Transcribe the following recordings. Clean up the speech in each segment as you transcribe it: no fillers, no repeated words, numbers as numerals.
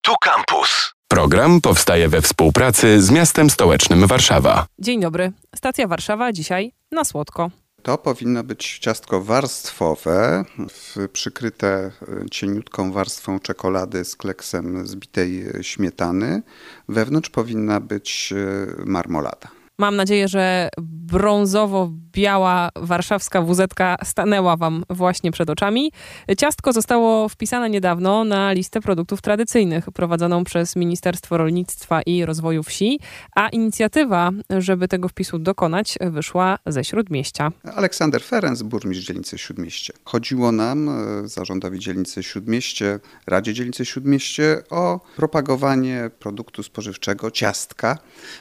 Tu Campus. Program powstaje we współpracy z miastem stołecznym Warszawa. Dzień dobry. Stacja Warszawa dzisiaj na słodko. To powinno być ciastko warstwowe, przykryte cieniutką warstwą czekolady z kleksem zbitej śmietany. Wewnątrz powinna być marmolada. Mam nadzieję, że brązowo-biała warszawska wuzetka stanęła wam właśnie przed oczami. Ciastko zostało wpisane niedawno na listę produktów tradycyjnych prowadzoną przez Ministerstwo Rolnictwa i Rozwoju Wsi, a inicjatywa, żeby tego wpisu dokonać, wyszła ze Śródmieścia. Aleksander Ferenc, burmistrz dzielnicy Śródmieście. Chodziło nam, zarządowi dzielnicy Śródmieście, Radzie Dzielnicy Śródmieście o propagowanie produktu spożywczego, ciastka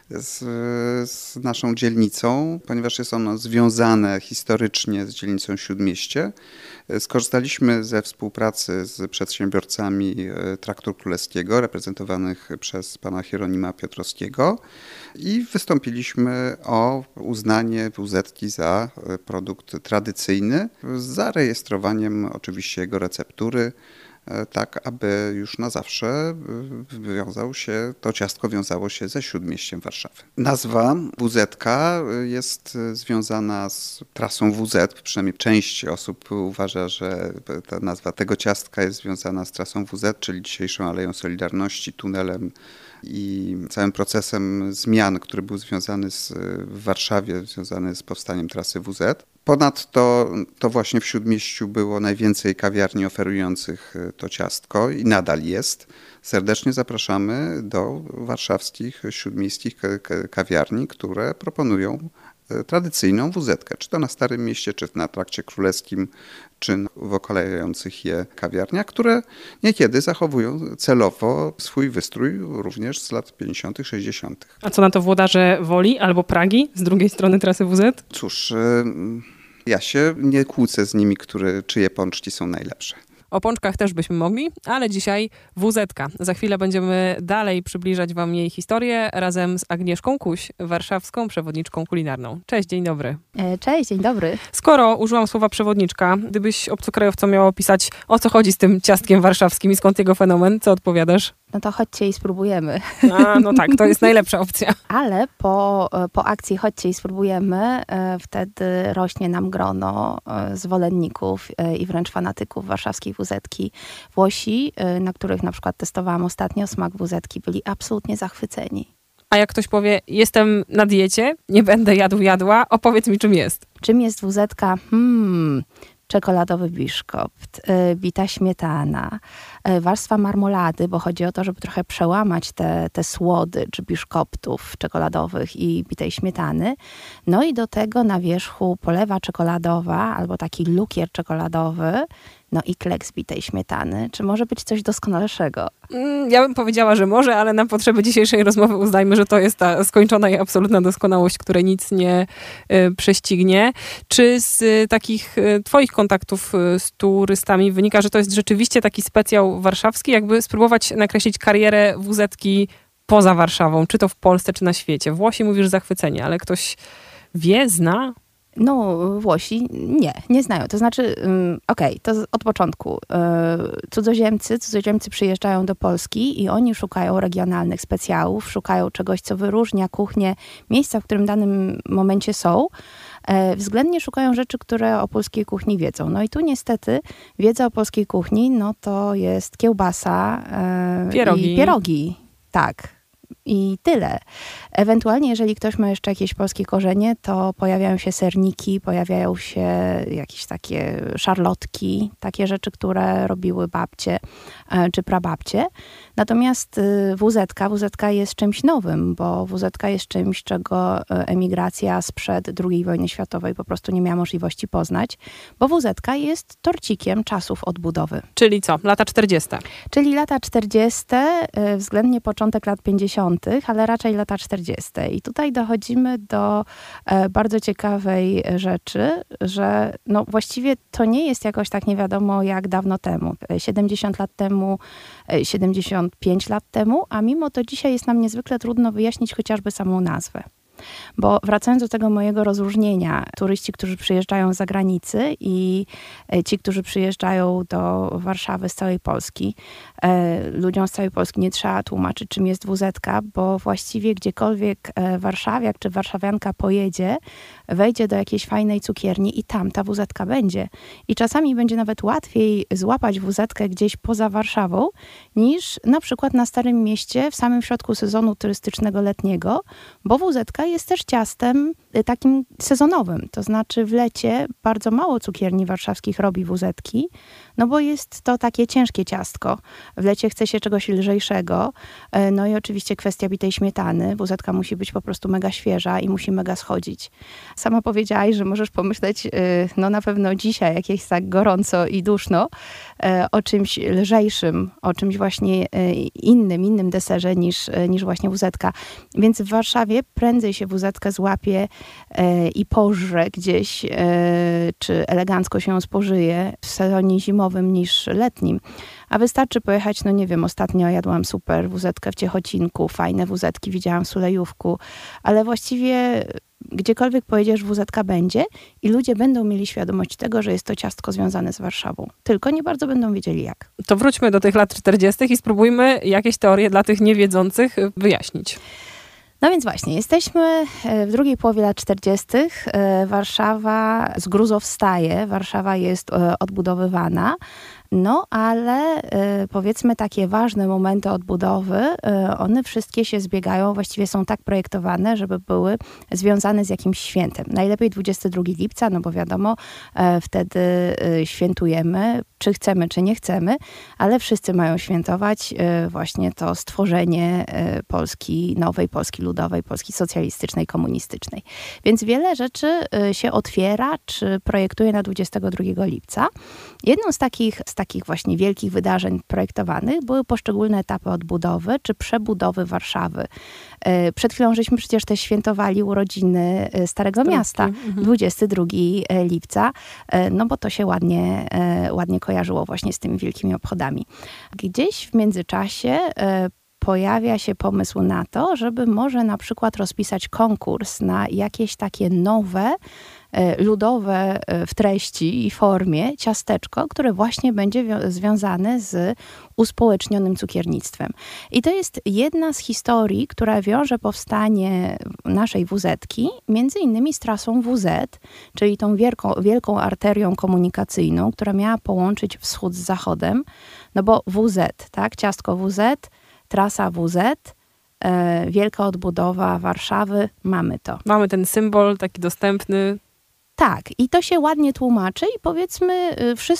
z naszą dzielnicą, ponieważ jest ono związane historycznie z dzielnicą Śródmieście. Skorzystaliśmy ze współpracy z przedsiębiorcami Traktu Królewskiego, reprezentowanych przez pana Hieronima Piotrowskiego i wystąpiliśmy o uznanie wuzetki za produkt tradycyjny z zarejestrowaniem oczywiście jego receptury, tak aby już na zawsze to ciastko wiązało się ze Śródmieściem Warszawy. Nazwa wuzetka jest związana z trasą WZ, przynajmniej część osób uważa, że ta nazwa tego ciastka jest związana z trasą WZ, czyli dzisiejszą Aleją Solidarności, tunelem i całym procesem zmian, który był związany w Warszawie, związany z powstaniem trasy WZ. Ponadto to właśnie w Śródmieściu było najwięcej kawiarni oferujących to ciastko i nadal jest. Serdecznie zapraszamy do warszawskich, śródmiejskich kawiarni, które proponują tradycyjną wuzetkę, czy to na Starym Mieście, czy na Trakcie Królewskim, czy w okalających je kawiarniach, które niekiedy zachowują celowo swój wystrój również z lat 50., 60. A co na to włodarze Woli albo Pragi z drugiej strony trasy WZ? Cóż, ja się nie kłócę z nimi, czyje pączki są najlepsze. O pączkach też byśmy mogli, ale dzisiaj wuzetka. Za chwilę będziemy dalej przybliżać wam jej historię razem z Agnieszką Kuś, warszawską przewodniczką kulinarną. Cześć, dzień dobry. Cześć, dzień dobry. Skoro użyłam słowa przewodniczka, gdybyś obcokrajowcom miała opisać, o co chodzi z tym ciastkiem warszawskim i skąd jego fenomen, co odpowiadasz? No to chodźcie i spróbujemy. No tak, to jest najlepsza opcja. Ale po akcji chodźcie i spróbujemy, wtedy rośnie nam grono zwolenników i wręcz fanatyków warszawskiej wuzetki. Włosi, na których na przykład testowałam ostatnio smak wuzetki, byli absolutnie zachwyceni. A jak ktoś powie, jestem na diecie, nie będę jadła, opowiedz mi, czym jest. Czym jest wuzetka? Czekoladowy biszkopt, bita śmietana, warstwa marmolady, bo chodzi o to, żeby trochę przełamać te słodycz biszkoptów czekoladowych i bitej śmietany. No i do tego na wierzchu polewa czekoladowa albo taki lukier czekoladowy, no i kleks bitej śmietany. Czy może być coś doskonalszego? Ja bym powiedziała, że może, ale na potrzeby dzisiejszej rozmowy uznajmy, że to jest ta skończona i absolutna doskonałość, której nic nie prześcignie. Czy z takich twoich kontaktów z turystami wynika, że to jest rzeczywiście taki specjał warszawski, jakby spróbować nakreślić karierę wuzetki poza Warszawą, czy to w Polsce, czy na świecie? Włosi mówisz zachwycenie, ale ktoś wie, zna? No, Włosi nie znają. To znaczy, to od początku. Cudzoziemcy przyjeżdżają do Polski i oni szukają regionalnych specjałów, szukają czegoś, co wyróżnia kuchnię miejsca, w którym w danym momencie są. Względnie szukają rzeczy, które o polskiej kuchni wiedzą. No i tu niestety wiedza o polskiej kuchni, no to jest kiełbasa i pierogi. Tak. I tyle. Ewentualnie, jeżeli ktoś ma jeszcze jakieś polskie korzenie, to pojawiają się serniki, pojawiają się jakieś takie szarlotki, takie rzeczy, które robiły babcie czy prababcie. Natomiast wuzetka jest czymś nowym, bo wuzetka jest czymś, czego emigracja sprzed II wojny światowej po prostu nie miała możliwości poznać, bo wuzetka jest torcikiem czasów odbudowy. Czyli co? Lata 40. Czyli lata 40, względnie początek lat 50., ale raczej lata 40. I tutaj dochodzimy do bardzo ciekawej rzeczy, że no właściwie to nie jest jakoś tak nie wiadomo jak dawno temu. 70 lat temu, 75 lat temu, a mimo to dzisiaj jest nam niezwykle trudno wyjaśnić chociażby samą nazwę. Bo wracając do tego mojego rozróżnienia, turyści, którzy przyjeżdżają z zagranicy i ci, którzy przyjeżdżają do Warszawy z całej Polski, ludziom z całej Polski nie trzeba tłumaczyć, czym jest WZ-ka, bo właściwie gdziekolwiek warszawiak czy warszawianka pojedzie, wejdzie do jakiejś fajnej cukierni i tam ta WZ-ka będzie. I czasami będzie nawet łatwiej złapać WZ-kę gdzieś poza Warszawą, niż na przykład na Starym Mieście w samym środku sezonu turystycznego letniego, bo WZ-ka jest też ciastem takim sezonowym. To znaczy w lecie bardzo mało cukierni warszawskich robi WZ-ki, no bo jest to takie ciężkie ciastko. W lecie chce się czegoś lżejszego. No i oczywiście kwestia bitej śmietany. WZ-ka musi być po prostu mega świeża i musi mega schodzić. Sama powiedziałaś, że możesz pomyśleć, no na pewno dzisiaj, jak jest tak gorąco i duszno, o czymś lżejszym, o czymś właśnie innym deserze niż właśnie WZ-ka. Więc w Warszawie prędzej się WZ-kę złapie i pożre gdzieś, czy elegancko się ją spożyje w sezonie zimowym niż letnim. A wystarczy pojechać, no nie wiem, ostatnio jadłam super WZ-kę w Ciechocinku, fajne WZ-ki widziałam w Sulejówku, ale właściwie gdziekolwiek pojedziesz, WZ-ka będzie i ludzie będą mieli świadomość tego, że jest to ciastko związane z Warszawą. Tylko nie bardzo będą wiedzieli jak. To wróćmy do tych lat 40. i spróbujmy jakieś teorie dla tych niewiedzących wyjaśnić. No więc właśnie, jesteśmy w drugiej połowie lat 40. Warszawa z gruzów wstaje, Warszawa jest odbudowywana. No, ale powiedzmy takie ważne momenty odbudowy, one wszystkie się zbiegają, właściwie są tak projektowane, żeby były związane z jakimś świętem. Najlepiej 22 lipca, no bo wiadomo, wtedy świętujemy, czy chcemy, czy nie chcemy, ale wszyscy mają świętować właśnie to stworzenie Polski nowej, Polski ludowej, Polski socjalistycznej, komunistycznej. Więc wiele rzeczy się otwiera, czy projektuje na 22 lipca. Jedną z takich właśnie wielkich wydarzeń projektowanych były poszczególne etapy odbudowy czy przebudowy Warszawy. Przed chwilą żeśmy przecież też świętowali urodziny Starego Miasta, 22 lipca, no bo to się ładnie kojarzyło właśnie z tymi wielkimi obchodami. Gdzieś w międzyczasie pojawia się pomysł na to, żeby może na przykład rozpisać konkurs na jakieś takie nowe, ludowe w treści i formie ciasteczko, które właśnie będzie związane z uspołecznionym cukiernictwem. I to jest jedna z historii, która wiąże powstanie naszej WZ-ki między innymi z trasą WZ, czyli tą wielką arterią komunikacyjną, która miała połączyć wschód z zachodem, no bo WZ, tak, ciastko WZ, trasa WZ, wielka odbudowa Warszawy, mamy to. Mamy ten symbol taki dostępny. Tak, i to się ładnie tłumaczy i powiedzmy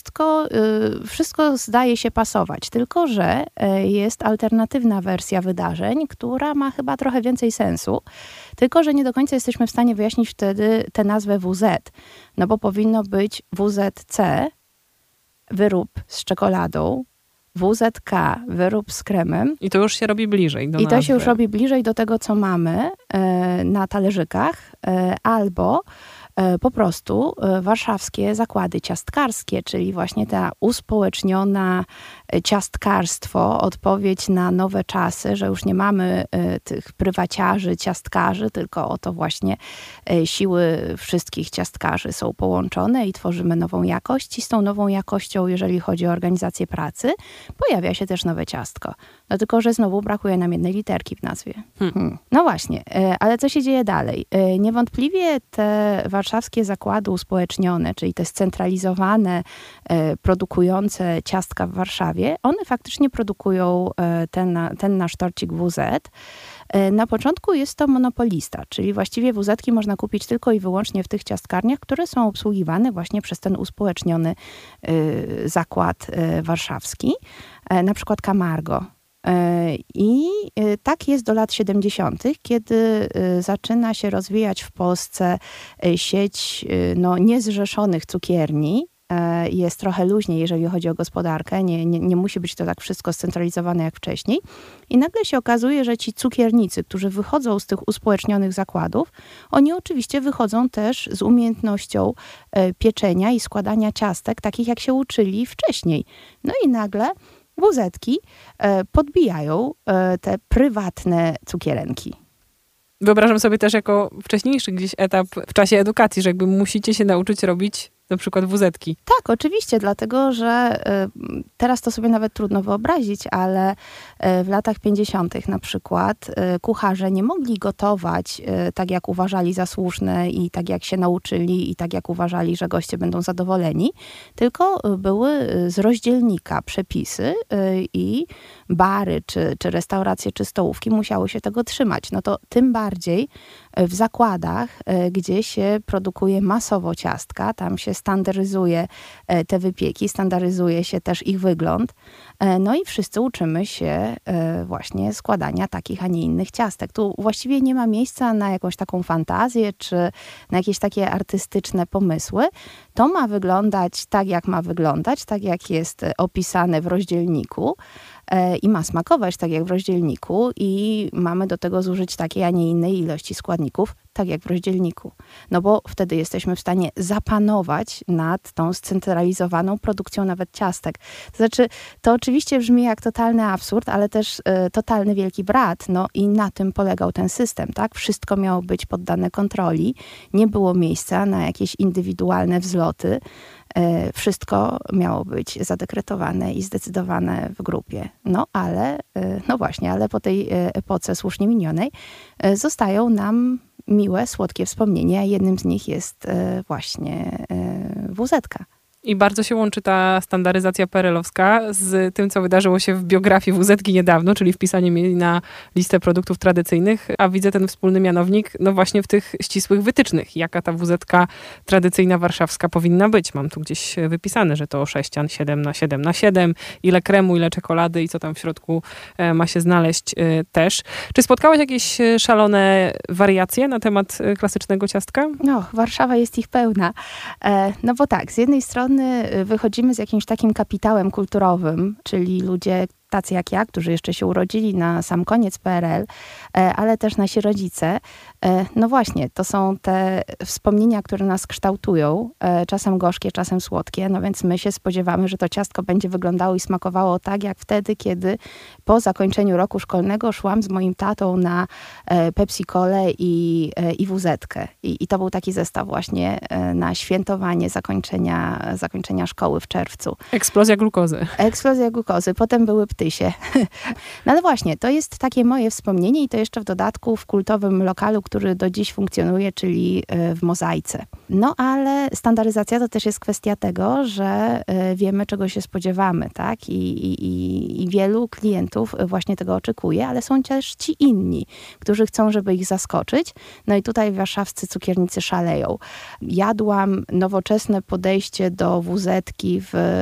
wszystko zdaje się pasować, tylko że jest alternatywna wersja wydarzeń, która ma chyba trochę więcej sensu, tylko że nie do końca jesteśmy w stanie wyjaśnić wtedy tę nazwę WZ, no bo powinno być WZC, wyrób z czekoladą, WZK, wyrób z kremem. I to już się robi bliżej do I nazwy. to się już robi bliżej do tego, co mamy na talerzykach, albo po prostu warszawskie zakłady ciastkarskie, czyli właśnie ta uspołeczniona ciastkarstwo, odpowiedź na nowe czasy, że już nie mamy tych prywaciarzy, ciastkarzy, tylko oto właśnie siły wszystkich ciastkarzy są połączone i tworzymy nową jakość. I z tą nową jakością, jeżeli chodzi o organizację pracy, pojawia się też nowe ciastko. No tylko, że znowu brakuje nam jednej literki w nazwie. No właśnie, ale co się dzieje dalej? Niewątpliwie te warszawskie zakłady uspołecznione, czyli te scentralizowane, produkujące ciastka w Warszawie, one faktycznie produkują ten nasz torcik WZ. Na początku jest to monopolista, czyli właściwie WZ-ki można kupić tylko i wyłącznie w tych ciastkarniach, które są obsługiwane właśnie przez ten uspołeczniony zakład warszawski, na przykład Camargo. I tak jest do lat 70., kiedy zaczyna się rozwijać w Polsce sieć niezrzeszonych cukierni. Jest trochę luźniej, jeżeli chodzi o gospodarkę. Nie musi być to tak wszystko scentralizowane jak wcześniej. I nagle się okazuje, że ci cukiernicy, którzy wychodzą z tych uspołecznionych zakładów, oni oczywiście wychodzą też z umiejętnością pieczenia i składania ciastek, takich jak się uczyli wcześniej. No i nagle WZ-ki podbijają te prywatne cukierenki. Wyobrażam sobie też jako wcześniejszy gdzieś etap w czasie edukacji, że jakby musicie się nauczyć robić na przykład wuzetki. Tak, oczywiście, dlatego że teraz to sobie nawet trudno wyobrazić, ale w latach 50. na przykład kucharze nie mogli gotować tak, jak uważali za słuszne i tak, jak się nauczyli i tak, jak uważali, że goście będą zadowoleni, tylko były z rozdzielnika przepisy i bary, czy restauracje, czy stołówki musiały się tego trzymać. No to tym bardziej w zakładach, gdzie się produkuje masowo ciastka, tam się standaryzuje te wypieki, standaryzuje się też ich wygląd. No i wszyscy uczymy się właśnie składania takich, a nie innych ciastek. Tu właściwie nie ma miejsca na jakąś taką fantazję, czy na jakieś takie artystyczne pomysły. To ma wyglądać tak, jak ma wyglądać, tak jak jest opisane w rozdzielniku. I ma smakować tak jak w rozdzielniku i mamy do tego zużyć takiej, a nie innej ilości składników, tak jak w rozdzielniku. No bo wtedy jesteśmy w stanie zapanować nad tą scentralizowaną produkcją nawet ciastek. To znaczy, to oczywiście brzmi jak totalny absurd, ale też totalny wielki brat. No i na tym polegał ten system, tak? Wszystko miało być poddane kontroli. Nie było miejsca na jakieś indywidualne wzloty. Wszystko miało być zadekretowane i zdecydowane w grupie. No ale, no właśnie, ale po tej epoce słusznie minionej zostają nam miłe, słodkie wspomnienia. Jednym z nich jest właśnie wuzetka. I bardzo się łączy ta standaryzacja PRL-owska z tym, co wydarzyło się w biografii WZ-ki niedawno, czyli wpisaniem jej na listę produktów tradycyjnych, a widzę ten wspólny mianownik, no właśnie w tych ścisłych wytycznych, jaka ta WZ-ka tradycyjna warszawska powinna być. Mam tu gdzieś wypisane, że to sześcian 7x7x7, ile kremu, ile czekolady i co tam w środku ma się znaleźć też. Czy spotkałaś jakieś szalone wariacje na temat klasycznego ciastka? No, Warszawa jest ich pełna. No bo tak, z jednej strony wychodzimy z jakimś takim kapitałem kulturowym, czyli ludzie tacy jak ja, którzy jeszcze się urodzili na sam koniec PRL, ale też nasi rodzice. No właśnie, to są te wspomnienia, które nas kształtują, czasem gorzkie, czasem słodkie, no więc my się spodziewamy, że to ciastko będzie wyglądało i smakowało tak, jak wtedy, kiedy po zakończeniu roku szkolnego szłam z moim tatą na Pepsi-Colę i wuzetkę. I to był taki zestaw właśnie na świętowanie zakończenia szkoły w czerwcu. Eksplozja glukozy. Eksplozja glukozy. Potem były ptysie. No ale właśnie, to jest takie moje wspomnienie i to jeszcze w dodatku w kultowym lokalu, który do dziś funkcjonuje, czyli w Mozaice. No ale standaryzacja to też jest kwestia tego, że wiemy, czego się spodziewamy, tak? I wielu klientów właśnie tego oczekuje, ale są też ci inni, którzy chcą, żeby ich zaskoczyć. No i tutaj warszawscy cukiernicy szaleją. Jadłam nowoczesne podejście do wuzetki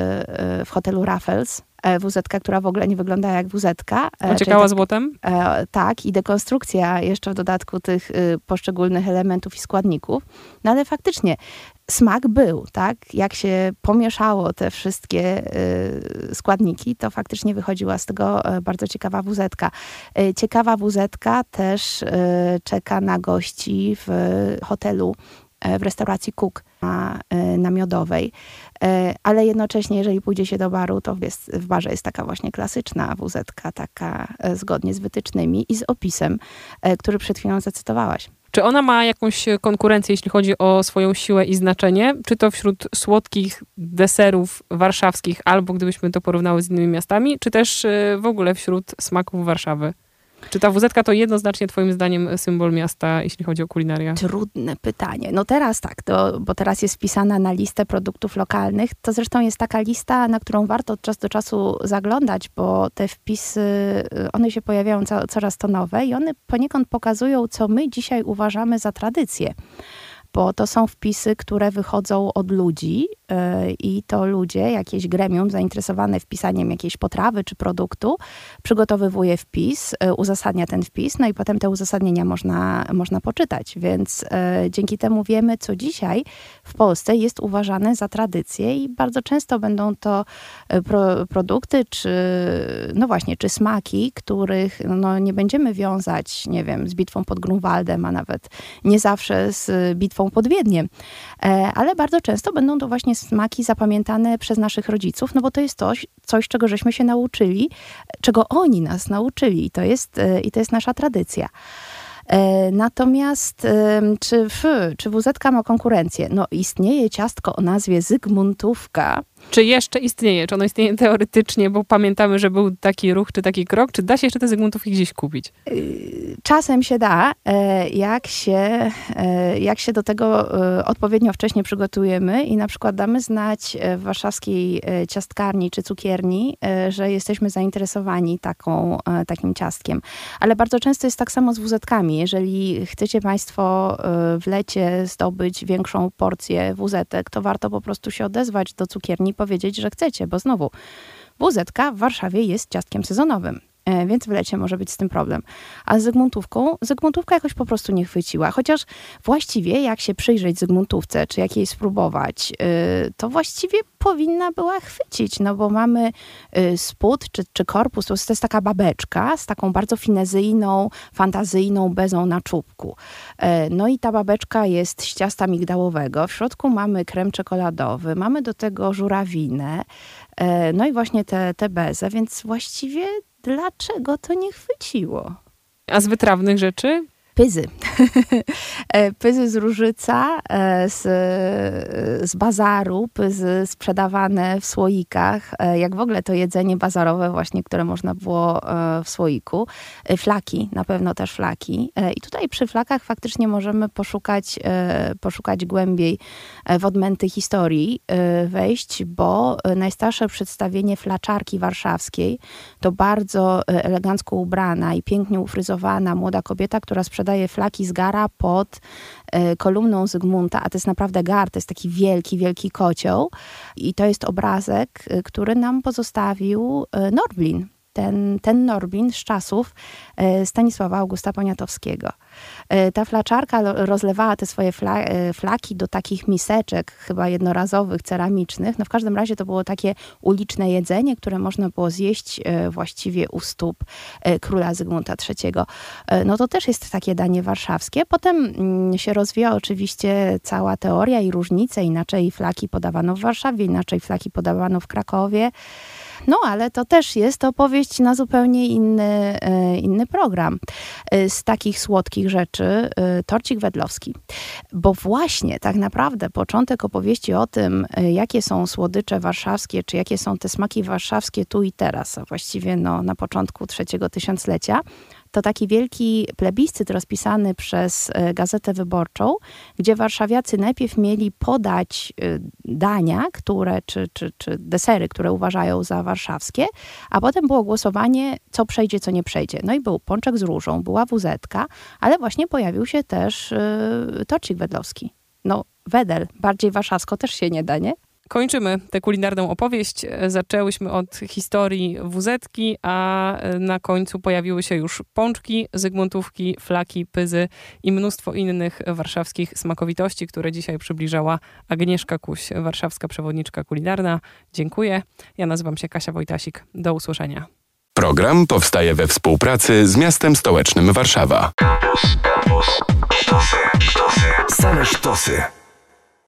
w hotelu Raffles. WZ-ka, która w ogóle nie wygląda jak WZ-ka. Ociekała złotem? Tak, i dekonstrukcja jeszcze w dodatku tych poszczególnych elementów i składników. No ale faktycznie smak był, tak? Jak się pomieszało te wszystkie składniki, to faktycznie wychodziła z tego bardzo ciekawa WZ-ka. Ciekawa WZ-ka też czeka na gości w hotelu, w restauracji Cook na Miodowej. Ale jednocześnie, jeżeli pójdzie się do baru, to w barze jest taka właśnie klasyczna WZ-ka, taka zgodnie z wytycznymi i z opisem, który przed chwilą zacytowałaś. Czy ona ma jakąś konkurencję, jeśli chodzi o swoją siłę i znaczenie? Czy to wśród słodkich deserów warszawskich, albo gdybyśmy to porównały z innymi miastami, czy też w ogóle wśród smaków Warszawy? Czy ta WZ-ka to jednoznacznie twoim zdaniem symbol miasta, jeśli chodzi o kulinarię? Trudne pytanie. No teraz tak, bo teraz jest wpisana na listę produktów lokalnych. To zresztą jest taka lista, na którą warto od czasu do czasu zaglądać, bo te wpisy, one się pojawiają coraz to nowe i one poniekąd pokazują, co my dzisiaj uważamy za tradycję. Bo to są wpisy, które wychodzą od ludzi i to ludzie, jakieś gremium zainteresowane wpisaniem jakiejś potrawy czy produktu, przygotowywuje wpis, uzasadnia ten wpis, no i potem te uzasadnienia można poczytać. Więc dzięki temu wiemy, co dzisiaj w Polsce jest uważane za tradycję i bardzo często będą to produkty czy smaki, których nie będziemy wiązać, nie wiem, z bitwą pod Grunwaldem, a nawet nie zawsze z bitwą pod Wiedniem. Ale bardzo często będą to właśnie smaki zapamiętane przez naszych rodziców, no bo to jest coś, czego żeśmy się nauczyli, czego oni nas nauczyli i to jest nasza tradycja. Natomiast czy WZ-ka ma konkurencję? No istnieje ciastko o nazwie Zygmuntówka. Czy jeszcze istnieje? Czy ono istnieje teoretycznie, bo pamiętamy, że był taki ruch czy taki krok? Czy da się jeszcze te Zygmuntówki gdzieś kupić? Czasem się da, jak się do tego odpowiednio wcześnie przygotujemy i na przykład damy znać w warszawskiej ciastkarni czy cukierni, że jesteśmy zainteresowani takim ciastkiem. Ale bardzo często jest tak samo z WZ-kami. Jeżeli chcecie Państwo w lecie zdobyć większą porcję WZ-ek, to warto po prostu się odezwać do cukierni i powiedzieć, że chcecie, bo znowu WZ-ka w Warszawie jest ciastkiem sezonowym. Więc w lecie może być z tym problem. A z Zygmuntówka jakoś po prostu nie chwyciła. Chociaż właściwie jak się przyjrzeć Zygmuntówce, czy jak jej spróbować, to właściwie powinna była chwycić, no bo mamy spód czy korpus, to jest taka babeczka z taką bardzo finezyjną, fantazyjną bezą na czubku. No i ta babeczka jest z ciasta migdałowego. W środku mamy krem czekoladowy, mamy do tego żurawinę, no i właśnie te bezę, więc właściwie dlaczego to nie chwyciło? A z wytrawnych rzeczy? Pyzy. Pyzy z Różyca, z bazaru, pyzy sprzedawane w słoikach, jak w ogóle to jedzenie bazarowe właśnie, które można było w słoiku. Flaki, na pewno też flaki. I tutaj przy flakach faktycznie możemy poszukać głębiej w odmęty historii wejść, bo najstarsze przedstawienie flaczarki warszawskiej to bardzo elegancko ubrana i pięknie ufryzowana młoda kobieta, która sprzedaje flaki z gara pod kolumną Zygmunta, a to jest naprawdę gar, to jest taki wielki, wielki kocioł i to jest obrazek, który nam pozostawił Norblin. Ten Norblin z czasów Stanisława Augusta Poniatowskiego. Ta flaczarka rozlewała te swoje flaki do takich miseczek, chyba jednorazowych, ceramicznych. No w każdym razie to było takie uliczne jedzenie, które można było zjeść właściwie u stóp króla Zygmunta III. No to też jest takie danie warszawskie. Potem się rozwija oczywiście cała teoria i różnice. Inaczej flaki podawano w Warszawie, inaczej flaki podawano w Krakowie. No, ale to też jest opowieść na zupełnie inny program. Z takich słodkich rzeczy torcik wedlowski. Bo właśnie tak naprawdę początek opowieści o tym, jakie są słodycze warszawskie, czy jakie są te smaki warszawskie tu i teraz, a właściwie na początku trzeciego tysiąclecia, to taki wielki plebiscyt rozpisany przez Gazetę Wyborczą, gdzie warszawiacy najpierw mieli podać dania, czy desery, które uważają za warszawskie, a potem było głosowanie, co przejdzie, co nie przejdzie. No i był pączek z różą, była WZ-ka, ale właśnie pojawił się też torcik wedlowski. No, wedel, bardziej warszawsko też się nie da, nie? Kończymy tę kulinarną opowieść. Zaczęłyśmy od historii WZ-ki, a na końcu pojawiły się już pączki, Zygmuntówki, flaki, pyzy i mnóstwo innych warszawskich smakowitości, które dzisiaj przybliżała Agnieszka Kuś, warszawska przewodniczka kulinarna. Dziękuję. Ja nazywam się Kasia Wojtasik. Do usłyszenia. Program powstaje we współpracy z miastem stołecznym Warszawa. Sztosy. Same sztosy.